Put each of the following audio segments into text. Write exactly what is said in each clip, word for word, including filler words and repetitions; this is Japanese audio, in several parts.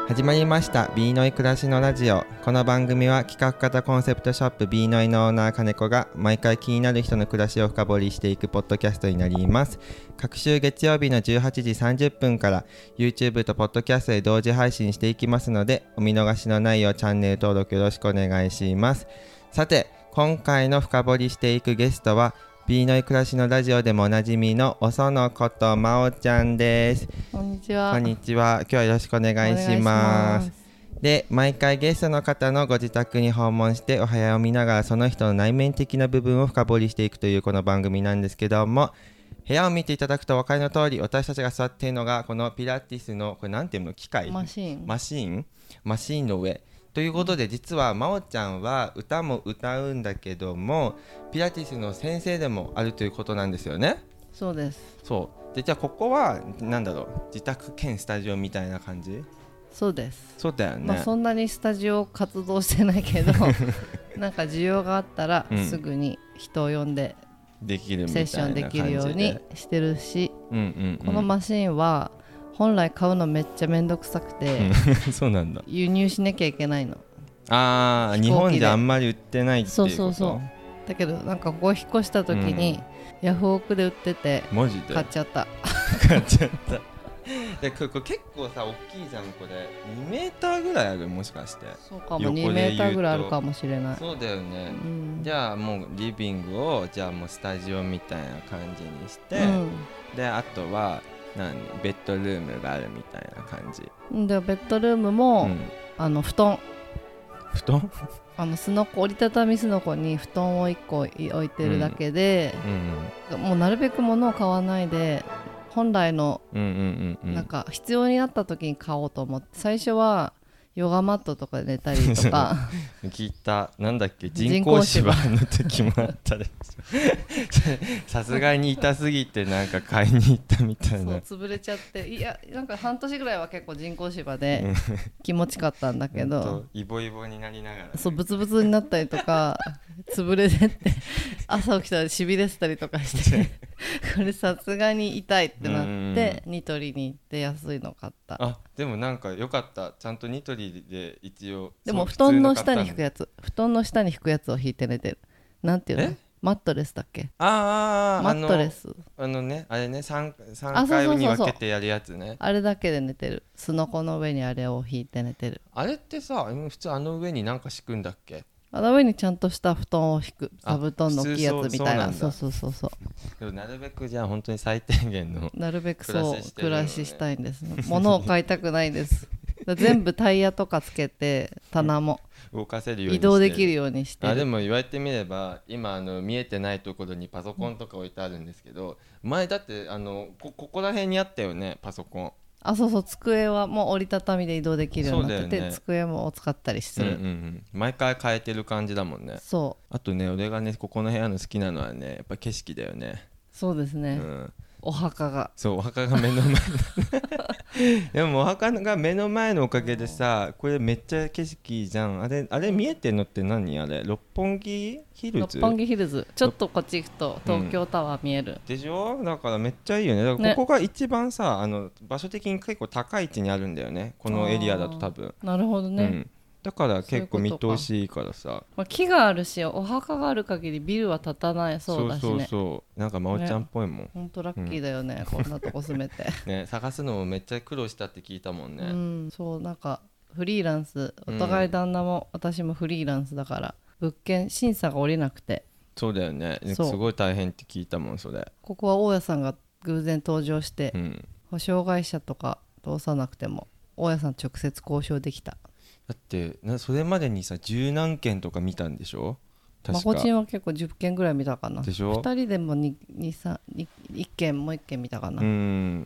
始まりました ビーノイ暮らしのラジオ。この番組は企画型コンセプトショップ ビーノイのオーナー金子が毎回気になる人の暮らしを深掘りしていくポッドキャストになります。各週月曜日のじゅうはちじさんじゅっぷんから YouTube とポッドキャストで同時配信していきますので、お見逃しのないようチャンネル登録よろしくお願いします。さて、今回の深掘りしていくゲストはビーノイ暮らしのラジオでもおなじみのおそのことまおちゃんです。 こんにちは。 こんにちは。今日はよろしくお願いします。で、毎回ゲストの方のご自宅に訪問してお部屋を見ながらその人の内面的な部分を深掘りしていくというこの番組なんですけども、部屋を見ていただくとお分かりの通り、私たちが座っているのがこのピラティスのこれなんていうの、機械マシーンマシーンマシーンの上ということで、実はまおちゃんは歌も歌うんだけどもピラティスの先生でもあるということなんですよね。 そうです。 そうで、じゃあここはなんだろう、自宅兼スタジオみたいな感じ？ そうです。 そうだよね、 まあ、そんなにスタジオ活動してないけどなんか需要があったらすぐに人を呼んでできるみたいなセッションできるようにしてるし、 うんうんうん、 このマシンは本来買うのめっちゃめんどくさくてそうなんだ、 輸入しなきゃいけないの。 あー、日本じゃあんまり売ってないっていうこと？ そうそうそう。だけどなんかここ引っ越した時に、うん、ヤフオクで売っててマジで買っちゃった買っちゃったでこれ結構さ大きいじゃん。これにメーターぐらいある？もしかして。 そうかも、にメーターぐらいあるかもしれない。 そうだよね、 うん、 じゃあもうリビングをじゃあもうスタジオみたいな感じにして、 うん、 であとは何ベッドルームがあるみたいな感じでベッドルームも、うん、あの布団布団あのすのこ折りたたみすのこに布団をいっこ置いてるだけで、うんうん、もうなるべく物を買わないで本来のなんか必要になった時に買おうと思って、最初はヨガマットとかで寝たりとか聞いた。なんだっけ、人工芝の時もあったでしょさすがに痛すぎてなんか買いに行ったみたいな。 そう潰れちゃって、いやなんか半年ぐらいは結構人工芝で気持ちかったんだけどイボイボになりながら、ね、 そうブツブツになったりとか潰れてって朝起きたらしびれてたりとかしてこれさすがに痛いってなってニトリに行って安いの買った。 あ、でもなんか良かった。ちゃんとニトリで一応。 でも布団の下に引くやつ布団の下に引くやつを引いて寝てる。なんていうの、マットレスだっけ？ ああ、 マットレス、 あのね、あれね、 3, 3回に分けてやるやつね。そうそうそうそう、 あれだけで寝てる。すのこの上にあれを引いて寝てる。 あれってさ、普通あの上になんか敷くんだっけ？ あの上にちゃんとした布団を敷く。座布団の大きいやつみたいな。そうそうそうそう。 でもなるべくじゃあ本当に最低限のなるべくそう暮らししたいんです。物を買いたくないんです全部タイヤとかつけて棚も動かせるようにして移動できるようにしてる。 あでも言われてみれば今あの見えてないところにパソコンとか置いてあるんですけど、うん、前だってあの こ, ここら辺にあったよね、パソコン。 あ、そうそう、机はもう折りたたみで移動できるようになってて、ね、机も使ったりする、 うんうんうん、毎回変えてる感じだもんね。そう。あとね、俺がねここの部屋の好きなのはね、やっぱ景色だよね。 そうですね、うん、お墓がそう、お墓が目の前でもお墓が目の前のおかげでさ、これめっちゃ景色じゃん。あれ、あれ見えてんのって何？あれ六本木ヒルズ？ 六本木ヒルズ、ちょっとこっち行くと東京タワー見える、 うん、でしょ。だからめっちゃいいよね。だからここが一番さ、ね、あの場所的に結構高い位置にあるんだよね、このエリアだと多分。 なるほどね、うん、 だから結構見通しいいからさ。 まあ、木があるしお墓がある限りビルは建たないそうだしね。 そうそうそう、なんかまおちゃんっぽいもん、ね、 ほんとラッキーだよね、うん、こんなとこ住めてね、探すのもめっちゃ苦労したって聞いたもんね。 うん、そうなんかフリーランス、お互い旦那も私もフリーランスだから、うん、物件審査が下りなくて。 そうだよね、すごい大変って聞いたもんそれ。 ここは大家さんが偶然登場して、うん、保証会社とか通さなくても大家さん直接交渉できた。 だってな、それまでにさ十何件とか見たんでしょ。確かまこちんは結構じゅっけんぐらい見たかな。 でしょ。 ふたりでもに、に、さん、いっけんもういっけん見たかな。 うん、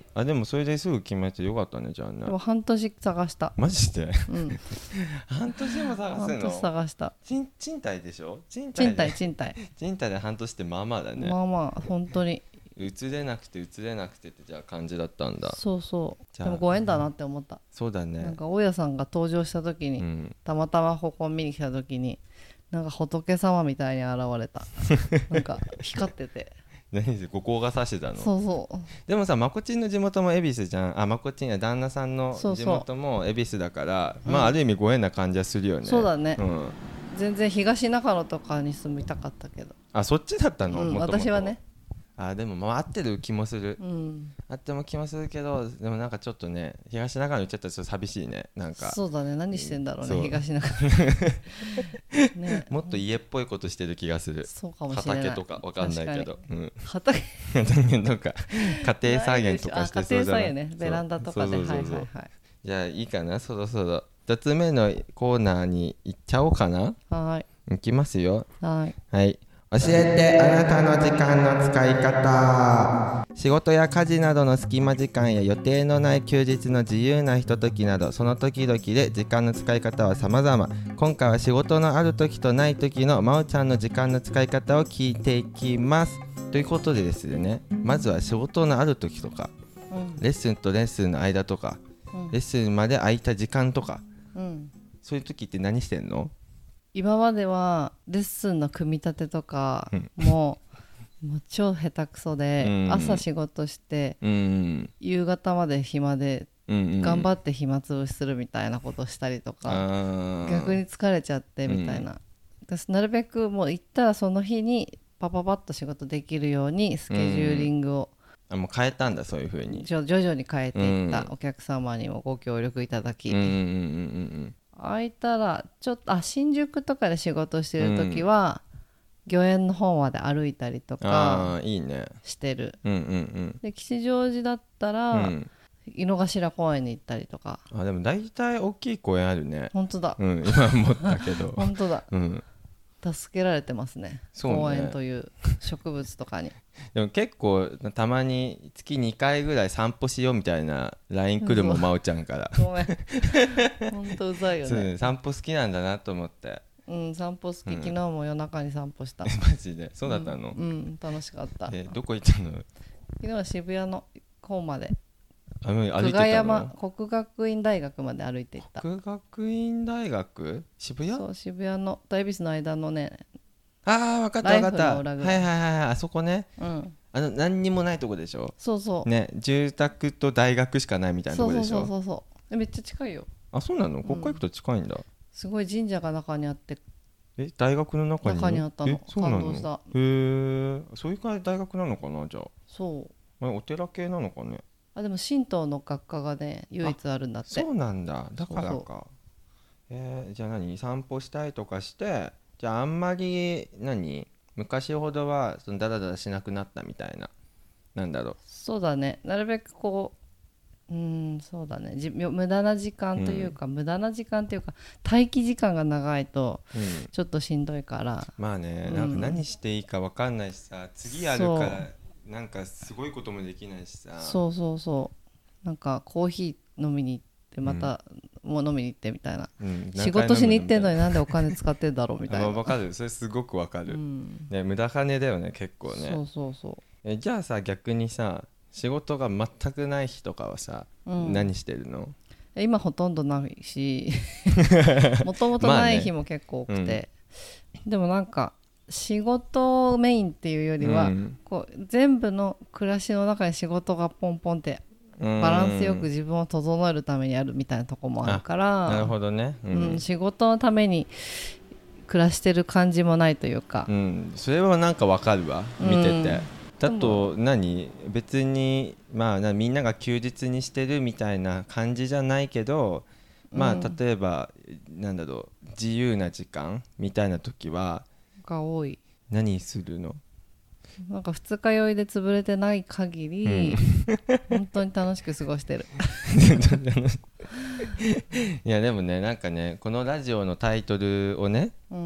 あでもそれですぐ決めてよかったね。じゃあね。 でも半年探した。 マジで、 うん、 半年も探すの。 半年探した。 賃貸でしょ。賃貸で賃貸賃貸で半年ってまあまあだね。 まあまあ本当に移れなくて移れなくてってじゃあ感じだったんだ。 そうそう。でもご縁だなって思った。 そうだね。 なんか大家さんが登場した時に、うん、たまたまここ見に来た時になんか仏様みたいに現れたなんか光ってて何でここが指してたの？ そうそう。 でもさ、まこちんの地元も恵比寿じゃん。あ、まこちんや旦那さんの地元も恵比寿だから、そうそう、まあある意味ご縁な感じはするよね、うん、 そうだね、 うん、 全然東中野とかに住みたかったけど。 あ、そっちだったの、 うん、 もともと。 私はね。 あ、でもまあ合ってる気もする、 うん、合っても気もするけど、でもなんかちょっとね、東中野行っちゃったらちょっと寂しいね。なんかそうだね、何してんだろうね、うん、東中野ね、 もっと家っぽいことしてる気がする。 そうかもしれない。 畑とかわかんないけど、うん、 畑とか家庭菜園とかしてそうじゃない？ 家庭菜園ね、ベランダとかで。そうそうそうそう、はいはいはい。 じゃあいいかな、そろそろふたつめのコーナーに行っちゃおうかな。 はい、 行きますよ。 はい、 はい。教えてあなたの時間の使い方。仕事や家事などの隙間時間や予定のない休日の自由なひとときなど、その時々で時間の使い方は様々。今回は仕事のある時とない時のまおちゃんの時間の使い方を聞いていきます。ということでですね、まずは仕事のある時とか、うん、レッスンとレッスンの間とか、うん、レッスンまで空いた時間とか、うん、そういう時って何してんの？ 今まではレッスンの組み立てとかもう、もう超下手くそで、うん、朝仕事して、うん、夕方まで暇で、うん、頑張って暇つぶしするみたいなことしたりとか、逆に疲れちゃってみたいな、うん、なるべくもう行ったらその日にパパパッと仕事できるようにスケジューリングを、 うん、あ、もう変えたんだ、そういう風に徐々に変えていった、うん、お客様にもご協力いただき、うんうんうんうん、空いたらちょっと、あ、新宿とかで仕事してるときは、うん、御苑の方まで歩いたりとかしてる。 うんうんうん、 で吉祥寺だったら、うん、井の頭公園に行ったりとか。 あ、でも大体大きい公園あるね。 本当だ、 うん、今思ったけど本当だ、 うん、 助けられてますね、 そうね、 公園という植物とかにでも結構たまに月にかいぐらい散歩しようみたいな ライン 来るもん、まおちゃんから。 ごめん本当うざいよね。 散歩好きなんだなと思って。 うん、散歩好き、うん、昨日も夜中に散歩した。 マジで？そうだったの？ うん、うん、楽しかった。 え、どこ行ったの？ 昨日は渋谷の方まで、 あ、歩いてたの？ 久我山国学院大学まで歩いていった。 国学院大学？渋谷？ そう渋谷のと恵比寿の間のね。 ああ、分かった分かった。はいはいはいはい、あそこね、うん、あの何にもないとこでしょ。 そうそうね、住宅と大学しかないみたいなとこでしょ。 そうそうそうそう、めっちゃ近いよ。 あ、そうなの？ここ行くと近いんだ、うん、 すごい神社が中にあって。 え、大学の中に？ 中にあったの。 そうなの？ 感動した。 へえ、そういう感じ大学なのかな。じゃあそう、 お寺系なのかね。 あ、でも神道の学科がね唯一あるんだって。 そうなんだ、だからか。そうそう、えー、じゃあ何、散歩したりとかして、じゃああんまり何昔ほどはそのダラダラしなくなったみたいな、なんだろう。 そうだね、なるべくこう、うーん、そうだね、じ無駄な時間というか、うん、無駄な時間というか待機時間が長いとちょっとしんどいから、 うん、まあね、なんか何していいか分かんないしさ、次やるからなんかすごいこともできないしさ。 そうそうそう、なんかコーヒー飲みに行ってまた、うん、もう飲みに行ってみたいな、うん、仕事しに行ってんのになんでお金使ってんだろうみたいな。 分かる、それすごく分かる、うんね、無駄金だよね結構ね。 そうそうそう。 え、じゃあさ、逆にさ、仕事が全くない日とかはさ、うん、何してるの？ 今ほとんどないしもともとない日も結構多くて、ね、うん、でもなんか仕事メインっていうよりは、うん、こう全部の暮らしの中に仕事がポンポンってバランスよく自分を整えるためにやるみたいなとこもあるから。 なるほどね、うんうん、仕事のために暮らしてる感じもないというか、 うん、それはなんかわかるわ、見てて、うん、だと何別に、まあ、みんなが休日にしてるみたいな感じじゃないけど、まあ、例えば、うん、なんだろう、自由な時間みたいな時はが多い。 何するの？ なんか二日酔いで潰れてない限り、うん、本当に楽しく過ごしてるいやでもね、なんかね、このラジオのタイトルをね、うん、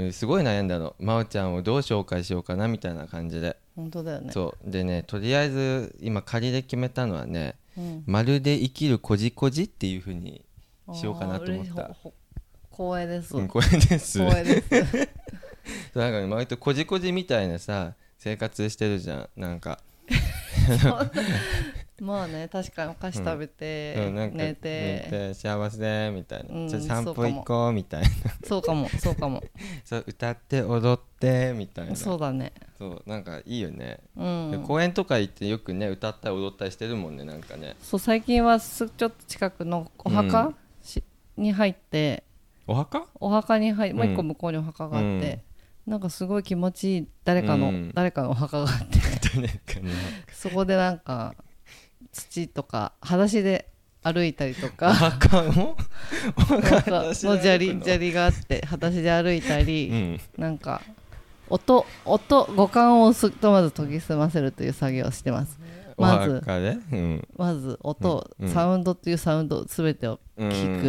すごい悩んだの。まおちゃんをどう紹介しようかなみたいな感じで。 本当だよね。 そうでね、とりあえず今仮で決めたのはね、うん、まるで生きるこじこじっていう風にしようかなと思った。 光栄です、 うん、光栄です光栄ですなんかね、割とこじこじみたいなさ生活してるじゃん、なんかまあね、確かにお菓子食べて、 うん、なんか寝て寝て幸せみたいな、 うん、 ちょっと散歩行こうみたいなそうかもそうかもそう歌って踊ってみたいな。 そうだね。 そうなんかいいよね、 うん、 公園とか行ってよくね歌ったり踊ったりしてるもんね。なんかね、 そう最近はすちょっと近くのお墓、うんしに入って、 お墓お墓に入もう一個向こうにお墓があって、うん、なんかすごい気持ちいい誰かの、うん、誰かのお墓があってそこでなんか土とか裸足で歩いたりとかお墓もお墓の砂利砂利があって裸足で歩いたり、うん、なんか音音五感をすっとまず研ぎ澄ませるという作業をしてます。まず、うん、まず音、うん、サウンドというサウンドすべてを聞く、うん、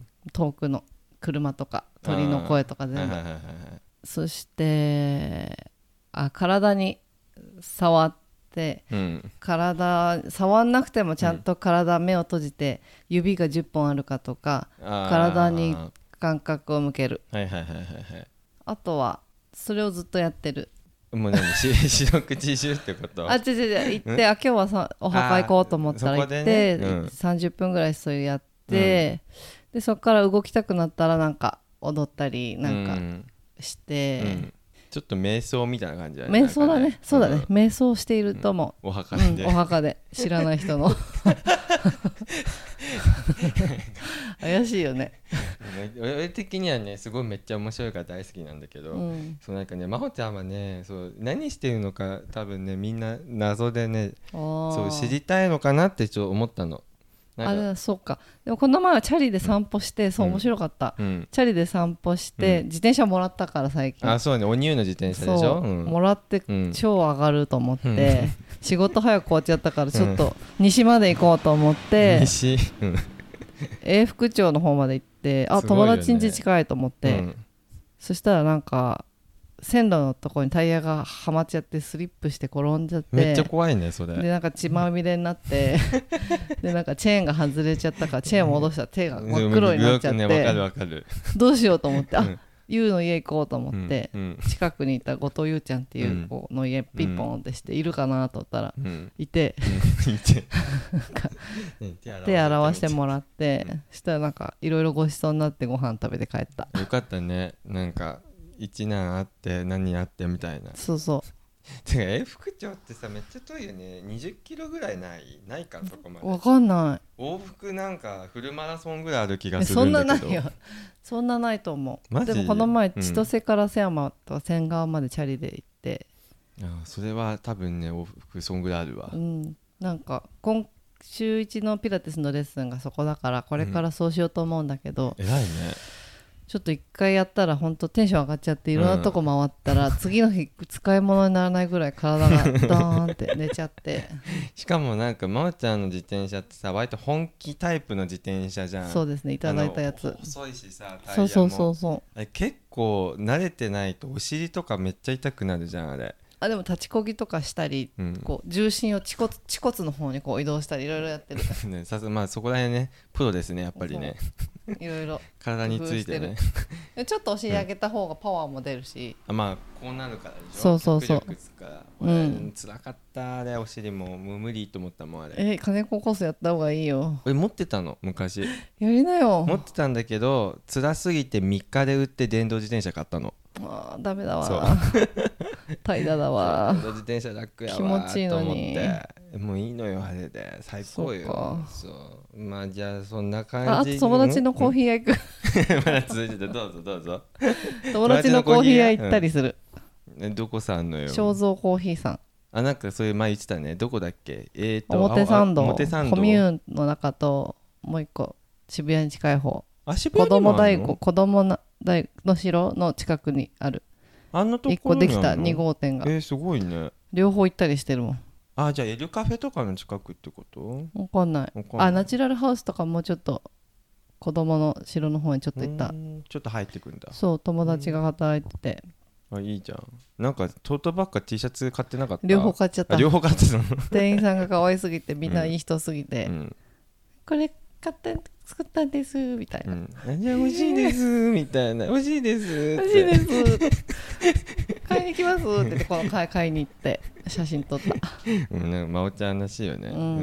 遠くの車とか鳥の声とか全部、そしてあ体に触って、うん、体触んなくてもちゃんと体、うん、目を閉じて指がじゅっぽんあるかとか体に感覚を向ける、はいはいはいはい、あとはそれをずっとやってる。 もう何四六時中ってこと？ あ、違う違う、行ってあ今日はさお墓行こうと思ったら行って、ねうん、さんじゅっぷんぐらいそれやって、うん、でそこから動きたくなったらなんか踊ったりなんかして、うんうん、 ちょっと瞑想みたいな感じだね。 瞑想だね、そうだね、うん、瞑想していると思う、 うん、お墓で、 うん、お墓で知らない人の怪しいよね俺的にはねすごいめっちゃ面白いから大好きなんだけど、うん、そうなんかね真帆ちゃんはねそう何してるのか多分ねみんな謎でねそう知りたいのかなってちょっと思ったの。 あそうか。でもこの前はチャリで散歩して、うん、そう面白かった、うん、チャリで散歩して、うん、自転車もらったから最近。 あそうね、おニューの自転車でしょ、 うん、もらって超上がると思って、うん、仕事早く終わっちゃったからちょっと西まで行こうと思って、 西、うん、 永福町の方まで行ってあ、ね、友達ん家近いと思って、うん、そしたらなんか線路のところにタイヤがはまっちゃってスリップして転んじゃって、 めっちゃ怖いねそれでなんか血まみれになってでなんかチェーンが外れちゃったからチェーン戻したら手が真っ黒になっちゃって、 ね、わかるわかるどうしようと思ってあ、ゆうの家行こうと思って、うん、近くにいた後藤ゆうちゃんっていう子の家ピッポンってしているかなと思ったら、うん、いて手洗わしてもらって、うん、したらなんかいろいろごちそうになってご飯食べて帰った。 よかったね。なんか一難あって何あってみたいな。 そうそうてか永福町ってさめっちゃ遠いよね。にじゅっキロぐらいないないかそこまで。 わかんない。 往復なんかフルマラソンぐらいある気がするんだけど。 そんなないよそんなないと思う。でもこの前千歳から瀬山とか仙川までチャリで行って、 うん、あそれは多分ね往復そんぐらいあるわ。 うんなんか今週一のピラティスのレッスンがそこだからこれからそうしようと思うんだけど、 うん、偉いね。 ちょっと一回やったら本当テンション上がっちゃっていろんなとこ回ったら、うん、次の日使い物にならないぐらい体がドーンって寝ちゃってしかもなんか真央ちゃんの自転車ってさ割と本気タイプの自転車じゃん。 そうですね、いただいたやつ細いしさタイヤもそうそうそうそうあれ結構慣れてないとお尻とかめっちゃ痛くなるじゃんあれ。 あでも立ちこぎとかしたり、うん、こう重心を恥骨、恥骨の方にこう移動したりいろいろやってるね、さすまあそこら辺ねプロですねやっぱりねいろいろ体についてねちょっとお尻上げた方がパワーも出るし、 うん、あまあこうなるからでしょ。 そうそうそう。 うん、つらかったあれお尻ももう無理と思ったもんあれ。 えー、金子コースやった方がいいよ。 俺持ってたの昔やりなよ。 持ってたんだけど辛すぎてみっかで売って電動自転車買ったの。 あーダメだわ怠惰だわ。 電動自転車楽やわ気持ちいいのにと思ってもういいのよあれで最高よ。そうそうまあじゃあそんな感じ。 あ、あと友達のコーヒー屋行くまだ続いててどうぞどうぞ友達のコーヒー屋行ったりする、 うん、どこさんのよ。 正蔵コーヒーさん。 あなんかそういう前言ってたね。どこだっけ。えーと表参道。 表参道コミューンの中ともう一個渋谷に近い方。 あ渋谷にもあるの。 子供の大の城の近くにある。 あんなところいっこできたに号店が。 えー、すごいね。 両方行ったりしてるもん。 あじゃあエルカフェとかの近くってこと。 わかんない。あナチュラルハウスとかもうちょっと子供の城の方にちょっと行った。 ちょっと入ってくんだ。 そう友達が働いてて。 あいいじゃん。なんかトートバッグか T シャツ買ってなかった。 両方買っちゃった。 両方買ってたの店員さんが可愛すぎてみんないい人すぎて、うん、これ買って作ったんですみたいな、うん、 じゃあ欲しいですみたいな欲しいです欲しいです買いに来きますって言ってこの買いに行って写真撮った。 うん、なんか真央ちゃんらしいよね、うんうん、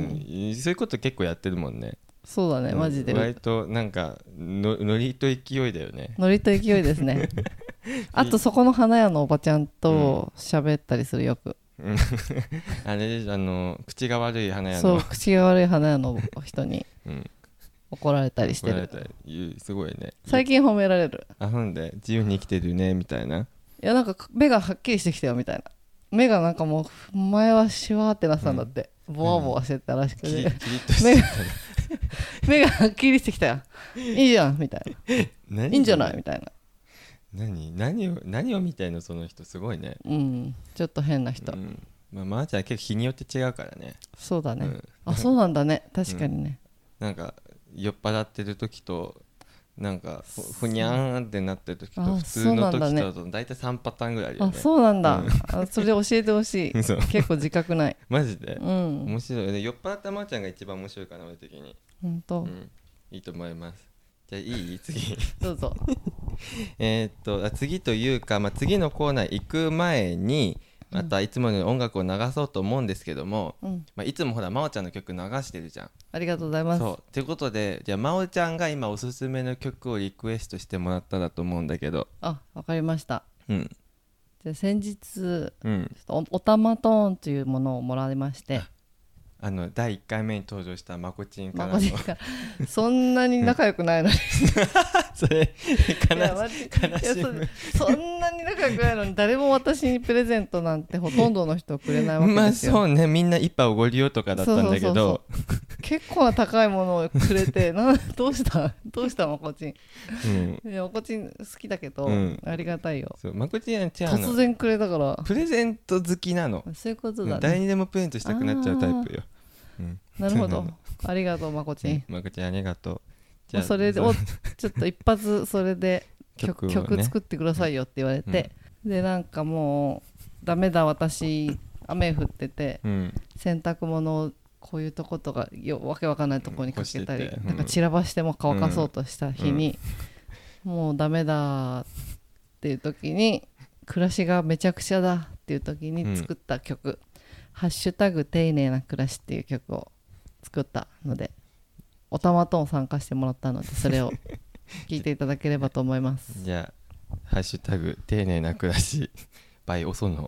そういうこと結構やってるもんね。 そうだね、マジで、 うん、割となんかのノリと勢いだよね。 ノリと勢いですねあとそこの花屋のおばちゃんと喋ったりするよく、 うん、あれであの口が悪い花屋の、 そう口が悪い花屋の人に、 うん怒られたりしてる。 すごいね。 最近褒められる。 あ、ほんで自由に生きてるねみたいな。いやなんか目がはっきりしてきたよみたいな。目がなんかもう前はシワーってなってたんだって、うん、ボワボワしてたらしくて、うん、目が目がはっきりしてきたよ。いいじゃんみたいな。いいんじゃないみたいな。 何何を何をみたいな、その人すごいね。 うん、ちょっと変な人。 うん、まあまーちゃん結構日によって違うからね。 そうだね、うん、あ、そうなんだね、確かにね、 うん、なんか酔っ払ってる時となんか ふ, ふにゃーんってなってる時と普通の時と大体さんパターンぐらいあるよね。 あ、そうなんだ、うん、あそれ教えてほしい結構自覚ないマジで、 うん、 面白いね。酔っ払ったまーちゃんが一番面白いかな俺的に。 本当、 うん、いいと思います。じゃあいい次どうぞえっと次というか、まあ、次のコーナー行く前にまたいつものように音楽を流そうと思うんですけども、うんまあ、いつもほら真央ちゃんの曲流してるじゃん。 ありがとうございます。 そうということで、じゃあ真央ちゃんが今おすすめの曲をリクエストしてもらったらと思うんだけど。 あ、わかりました、 うん、 じゃあ先日、うん、ちょっと お, おたまトーンというものをもらいましてあのだいいっかいめに登場したまこちんからのまこちんかそんなに仲良くないのにそれ悲し悲しいそ, そんなに仲良くないのに誰も私にプレゼントなんてほとんどの人くれないわけですよ。 まあそうね、みんな一杯おごりよとかだったんだけど、そうそうそうそう結構な高いものをくれてなどうしたどうしたまこちん、うん、いやまこちん好きだけど、うん、ありがたいよ。 そうまこちんは突然くれたからプレゼント好きなの。 そういうことだね。 誰にでもプレゼントしたくなっちゃうタイプよ。 うん、なるほどありがとうまこちん、 まこちんありがとう。 じゃあそれでおちょっと一発それで曲, 曲, ね、曲作ってくださいよって言われて、うん、でなんかもうダメだ私雨降ってて、うん、洗濯物をこういうとことかよわけわかんないところにかけたり、うん、なんか散らばしても乾かそうとした日に、うん、もうダメだっていう時に暮らしがめちゃくちゃだっていう時に作った曲、うんハッシュタグ丁寧な暮らしっていう曲を作ったのでおたまとも参加してもらったのでそれを聞いていただければと思いますじゃあハッシュタグ丁寧な暮らし by おその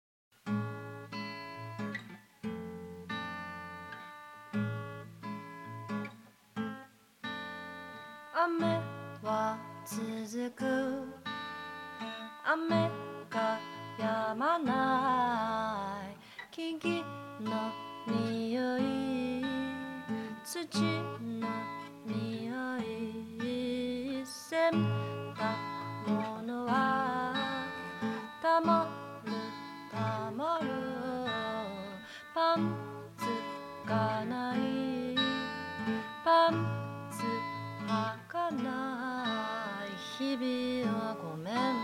雨は続く雨が止まない木々の匂い土の匂い洗濯物はたまるたまるパンツがないパンツ履かない日々はごめん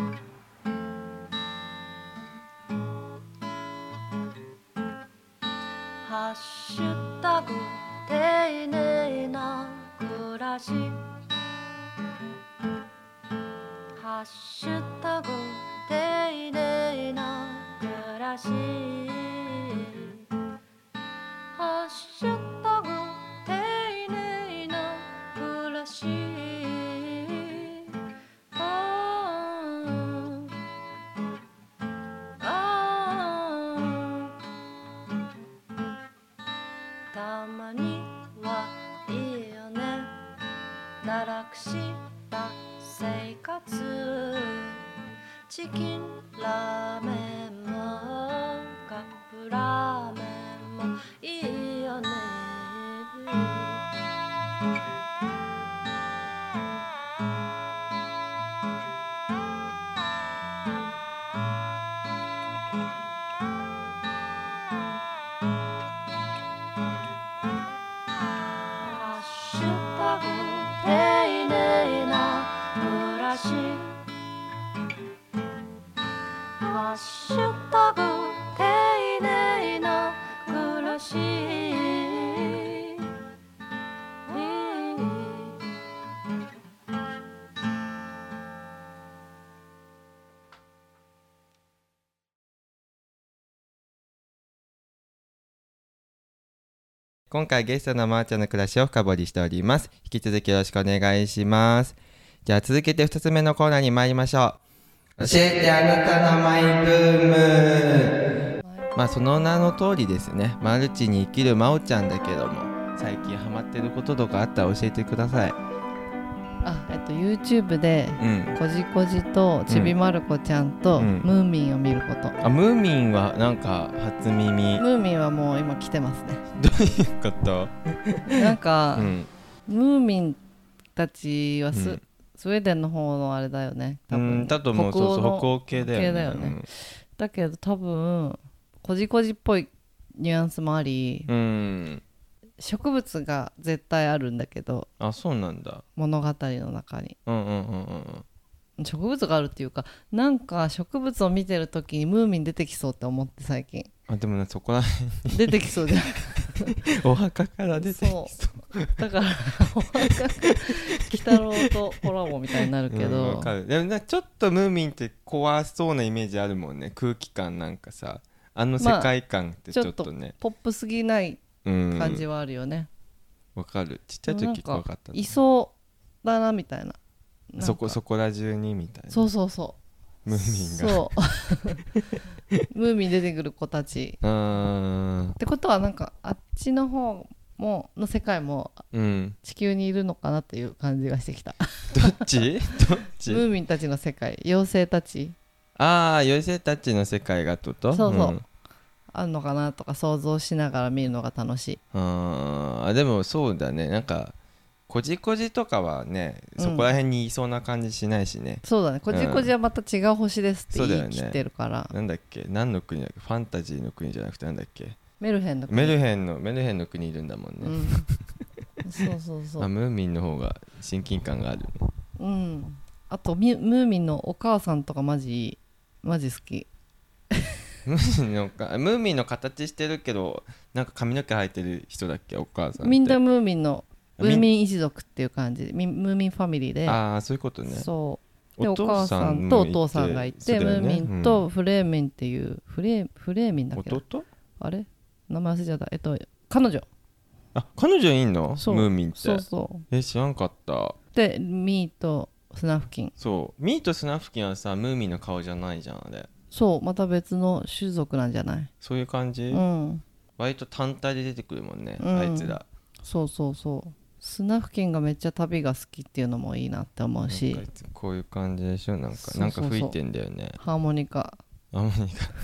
ハッシュタグ丁寧な暮らしハッシュタグ丁寧な暮らしハッシュタグ丁寧な暮らしたまにはいいよね堕落した生活チキンラーメンもカップラーメンもいいよね丁寧な暮らしハッシュタグ丁寧な暮らし今回ゲストのまーちゃんの暮らしを深掘りしております。引き続きよろしくお願いします。じゃあ続けてふたつめのコーナーに参りましょう。教えてあなたのマイブーム。まあその名の通りですね、マルチに生きるまおちゃんだけども、最近ハマってることとかあったら教えてください。 あ、えっと YouTube で、 うん、 こじこじとちびまる子ちゃんと、うん、ムーミンを見ること。 あ、ムーミンはなんか初耳。 ムーミンはもう今来てますね。 どういうこと？ なんか、うん、ムーミンたちはス、うん、スウェーデンの方のあれだよね。多分、うん、 だと思う。そうそう、北欧系だよね。 だよね、うん、だけど多分こじこじっぽいニュアンスもあり、うん、植物が絶対あるんだけど。 あ、そうなんだ。 物語の中に、うんうんうんうん、植物があるっていうか、なんか植物を見てる時にムーミン出てきそうって思って最近。 あ、でもね、そこら辺に出てきそうじゃんお墓から出てきそう。 そうだからお墓から鬼太郎とコラボみたいになるけど、うん、わかる。 でもな、ちょっとムーミンって怖そうなイメージあるもんね。空気感なんかさ、あの世界観ってちょっとね、まあ、ちょっとポップすぎない感じはあるよね。 わかる。ちっちゃい時怖かった、ね、 いそうだなみたいな。なんそこそこら中にみたいな。 そうそうそう。 ムーミンが。 そうムーミン出てくる子たち。うーん。ってことはなんかあっちの方もの世界も地球にいるのかなっていう感じがしてきた。 どっち？どっち？ ムーミンたちの世界、妖精たち。 ああ、妖精たちの世界がってこと？ そうそう。うん、あるのかなとか想像しながら見るのが楽しい。 あ、でもそうだね。なんかこじこじとかはね、うん、そこら辺にいそうな感じしないしね。 そうだね。こじこじはまた違う星ですって言い切ってるから、 うん、なんだっけ、何の国だっけ、ファンタジーの国じゃなくてなんだっけ、 メルヘンの国。 メルヘンのメルヘンの国いるんだもんね、 うん、そうそうそう。 あ、ムーミンの方が親近感がある。 うん。あとムーミンのお母さんとかマジマジ好き。 ムーミンのかムーミンの形してるけど、なんか髪の毛生えてる人だっけ、お母さんって。 みんなムーミンのムーミン一族っていう感じで、ムーミンファミリーで。 ああ、そういうことね。 そうで、お母さんとお父さんがいて、ね、ムーミンとフレーミンっていう、うん、フレーフレーミンだっけ、 弟？ あれ名前忘れちゃった。えっと彼女。 あ、彼女いんの？ムーミンって。 そうそう。 え、知らんかった。 でミーとスナフキン。 そう、ミーとスナフキンはさ、ムーミンの顔じゃないじゃん、あれ。 そう、また別の種族なんじゃない？ そういう感じ、うん、割と単体で出てくるもんね、うん、あいつら。 そうそうそう。スナフキンがめっちゃ旅が好きっていうのもいいなって思うし、 なんかこういう感じでしょ、なんかそうそうそう、なんか吹いてんだよね、 ハーモニカ。 ハーモニカ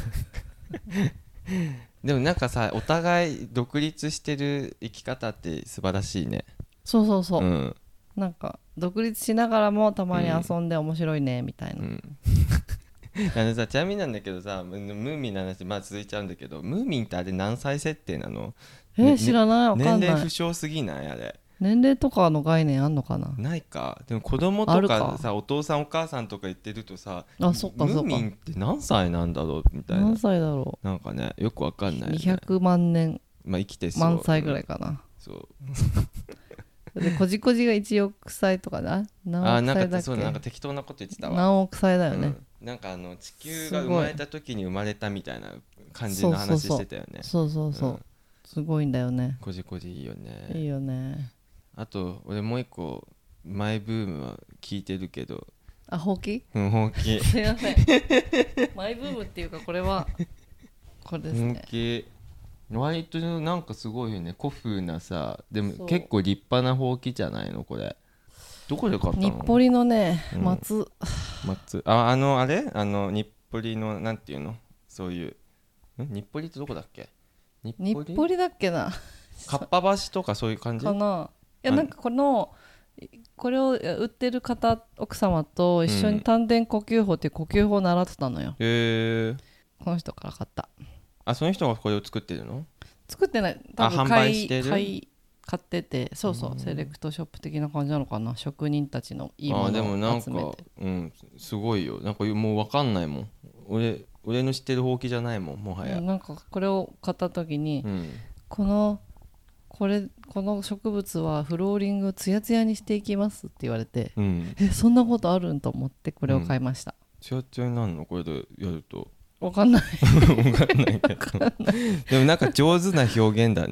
でもなんかさ、お互い独立してる生き方って素晴らしいね。 そうそうそう、うん、なんか独立しながらもたまに遊んで面白いねみたいな、うんうんあのさ、ちなみになんだけどさ、ムーミンの話、まあ続いちゃうんだけど、ムーミンってあれ何歳設定なの？ えーね、知らない、わかんない。 年齢不詳すぎないあれ。 年齢とかの概念あんのかな？ ないか。でも子供とかさ、お父さんお母さんとか言ってるとさ、 あ、そっかそっか、 ムーミンって何歳なんだろうみたいな。 何歳だろう。なんかね、よくわかんない、ね。 にひゃくまんねん、 まあ、生きてそう。 万歳ぐらいかな。そうで、こじこじがいちおく歳とかな、何億歳だっけ？あ、なんかそう、なんか適当なこと言ってたわ。何億歳だよね、うん、なんかあの地球が生まれた時に生まれたみたいな感じの話してたよね。そうそうそう、うん、すごいんだよね。こじこじいいよね。いいよね。あと俺もう一個マイブームは聞いてるけど。あ、ほうき？うん、ほうきすいませんマイブームっていうかこれはこれですね。ほうき割となんかすごいよね、古風なさ、でも結構立派なほうきじゃないのこれ。どこで買ったの？日暮里のね、うん、松松あ、あのあれあの日暮里のなんていうの、そういう日暮里ってどこだっけ？日暮 里, 日暮里だっけなかっぱ橋とかそういう感じかな。いや、なんかこのこれを売ってる方、奥様と一緒に丹田呼吸法っていう呼吸法を習ってたのよ。へえ。この人から買った。あ、その人がこれを作ってるの？作ってない、多分販売してる？買い買ってて、そうそう、うん、セレクトショップ的な感じなのかな、職人たちのいいものを集めて。あ、でもなんか、うん、すごいよ。なんかもう分かんないもん。俺、俺の知ってるほうきじゃないもん、もはや。なんかこれを買った時に、うん、このこれこの植物はフローリングをツヤツヤにしていきますって言われて、うん、え、そんなことあるんと思ってこれを買いました。ツヤツヤになるのこれでやると？分かんない分かんないけどでもなんか上手な表現だね。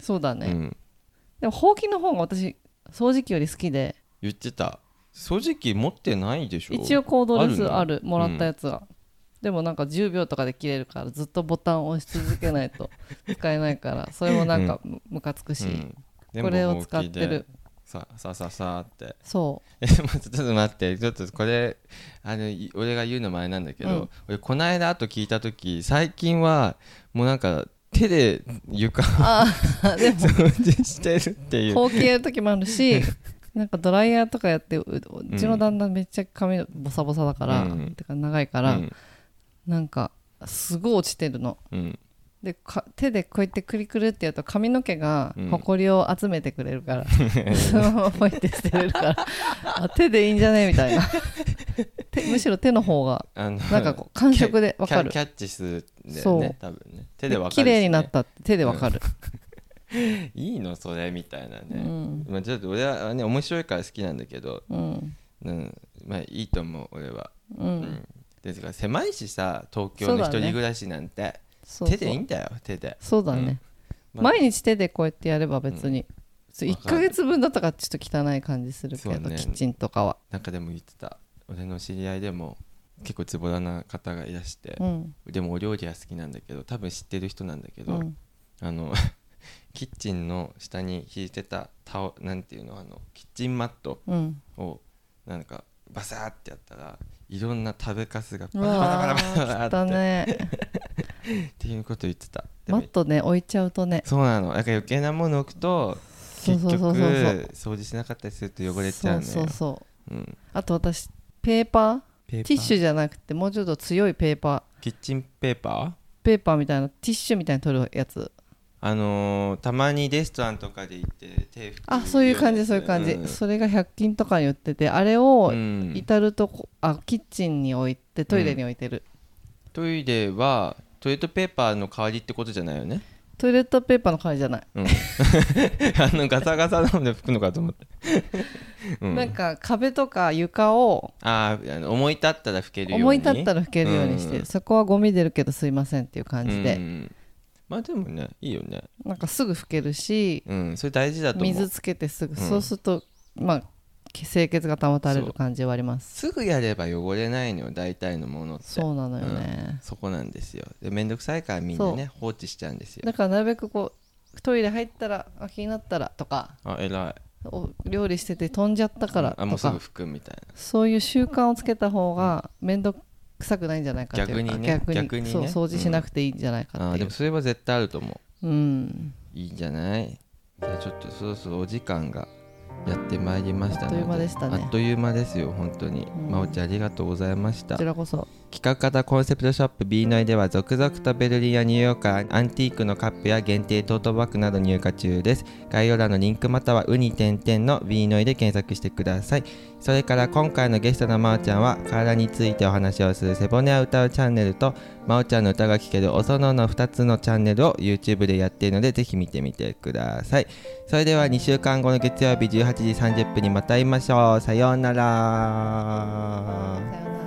そうだね、 うん、 でもほうきの方が私掃除機より好きで。 言ってた。掃除機持ってないでしょ。 一応コードレスある、もらったやつは、うん、でもなんかじゅうびょうとかで切れるからずっとボタンを押し続けないと使えないからそれもなんかムカつくし、うん、これを使ってる。 ささささってそうちょっと待って、ちょっとこれあの俺が言うのもあれなんだけど、うん、俺この間後聞いた時、最近はもうなんか手で床を掃除してるっていう。 ほうきやる時もあるしなんかドライヤーとかやって う, うちの旦那めっちゃ髪ボサボサだから、うん、てか長いから、うん、なんかすごい落ちてるの、うん、でか手でこうやってクリクリってやると髪の毛がほこりを集めてくれるから、うん、そのままポイって捨てれるからあ手でいいんじゃねみたいなむしろ手の方がなんかこう感触で分かる。 キャッチするんだよね多分ね。手で分かるし、ね、 綺麗になったって手で分かる、 うん、いいのそれみたいなね、うんまあ、ちょっと俺はね面白いから好きなんだけど、うんうん、まあいいと思う俺は、うんうん、ですから狭いしさ東京の一人暮らしなんて、そうだね、手でいいんだよ手で。 そうだね、うんまあ、毎日手でこうやってやれば別に、うん、いっかげつぶんだったからちょっと汚い感じするけど、ね、キッチンとかはなんかでも言ってた、俺の知り合いでも結構ズボラな方がいらして、うん、でもお料理は好きなんだけど多分知ってる人なんだけど、うん、あのキッチンの下に引いてたタオなんていうのあのキッチンマットをなんかバサーってやったらいろんな食べかすがバラバラバラバラって、ね、っていうこと言ってた。 マットね置いちゃうとね。 そうなの。だから余計なもの置くと結局掃除しなかったりすると汚れちゃうのよ。 そうそうそう、うん、あと私ペーパーティッシュじゃなくてもうちょっと強いペーパーキッチンペーパーペーパーみたいなティッシュみたいに取るやつ、 あのー、たまにレストランとかで行って手拭く、 あそういう感じそういう感じ、うん、それがひゃく均とかに売っててあれを至るとこ、うん、あキッチンに置いてトイレに置いてる、 うん、トイレはトイレットペーパーの代わりってことじゃないよね。 トイレットペーパーの代わりじゃない、うん、 あのガサガサなので拭くのかと思って、 うん、なんか壁とか床をああ思い立ったら拭けるように思い立ったら拭けるようにして、うん、そこはゴミ出るけどすいませんっていう感じで、うん、 まあでもねいいよね。 なんかすぐ拭けるし、 うん、それ大事だと思う。 水つけてすぐ、うん、そうするとまあ清潔が保たれる感じはあります。 すぐやれば汚れないのよ大体のものって。 そうなのよね、 うん、そこなんですよ。でめんどくさいからみんなね放置しちゃうんですよ。 だからなるべくこうトイレ入ったらあ気になったらとか、 あ偉い、 お料理してて飛んじゃったからとか、 あもうすぐ拭くみたいな、 そういう習慣をつけた方がめんどくさくないんじゃないかっていうか、 逆にね逆に、 逆にねそう掃除しなくていいんじゃないかっていう、うん、 あでもそれは絶対あると思う、うん、 いいんじゃない。じゃあちょっとそろそろお時間がやってまいりましたので、 あっという間でしたね。 あっという間ですよ本当に、うん、まおちゃんありがとうございました。 こちらこそ。 企画型コンセプトショップ ビーノイでは続々とベルリンやニューヨーカーアンティークのカップや限定トートバッグなど入荷中です。概要欄のリンクまたはウニ点々の ビーノイで検索してください。それから今回のゲストのまおちゃんは体についてお話をする背骨は歌うチャンネルとまおちゃんの歌が聴けるおそののふたつのチャンネルを YouTube でやっているのでぜひ見てみてください。それではにしゅうかんごの月曜日じゅうはちじさんじゅっぷんにまた会いましょう。さようなら。 さようなら。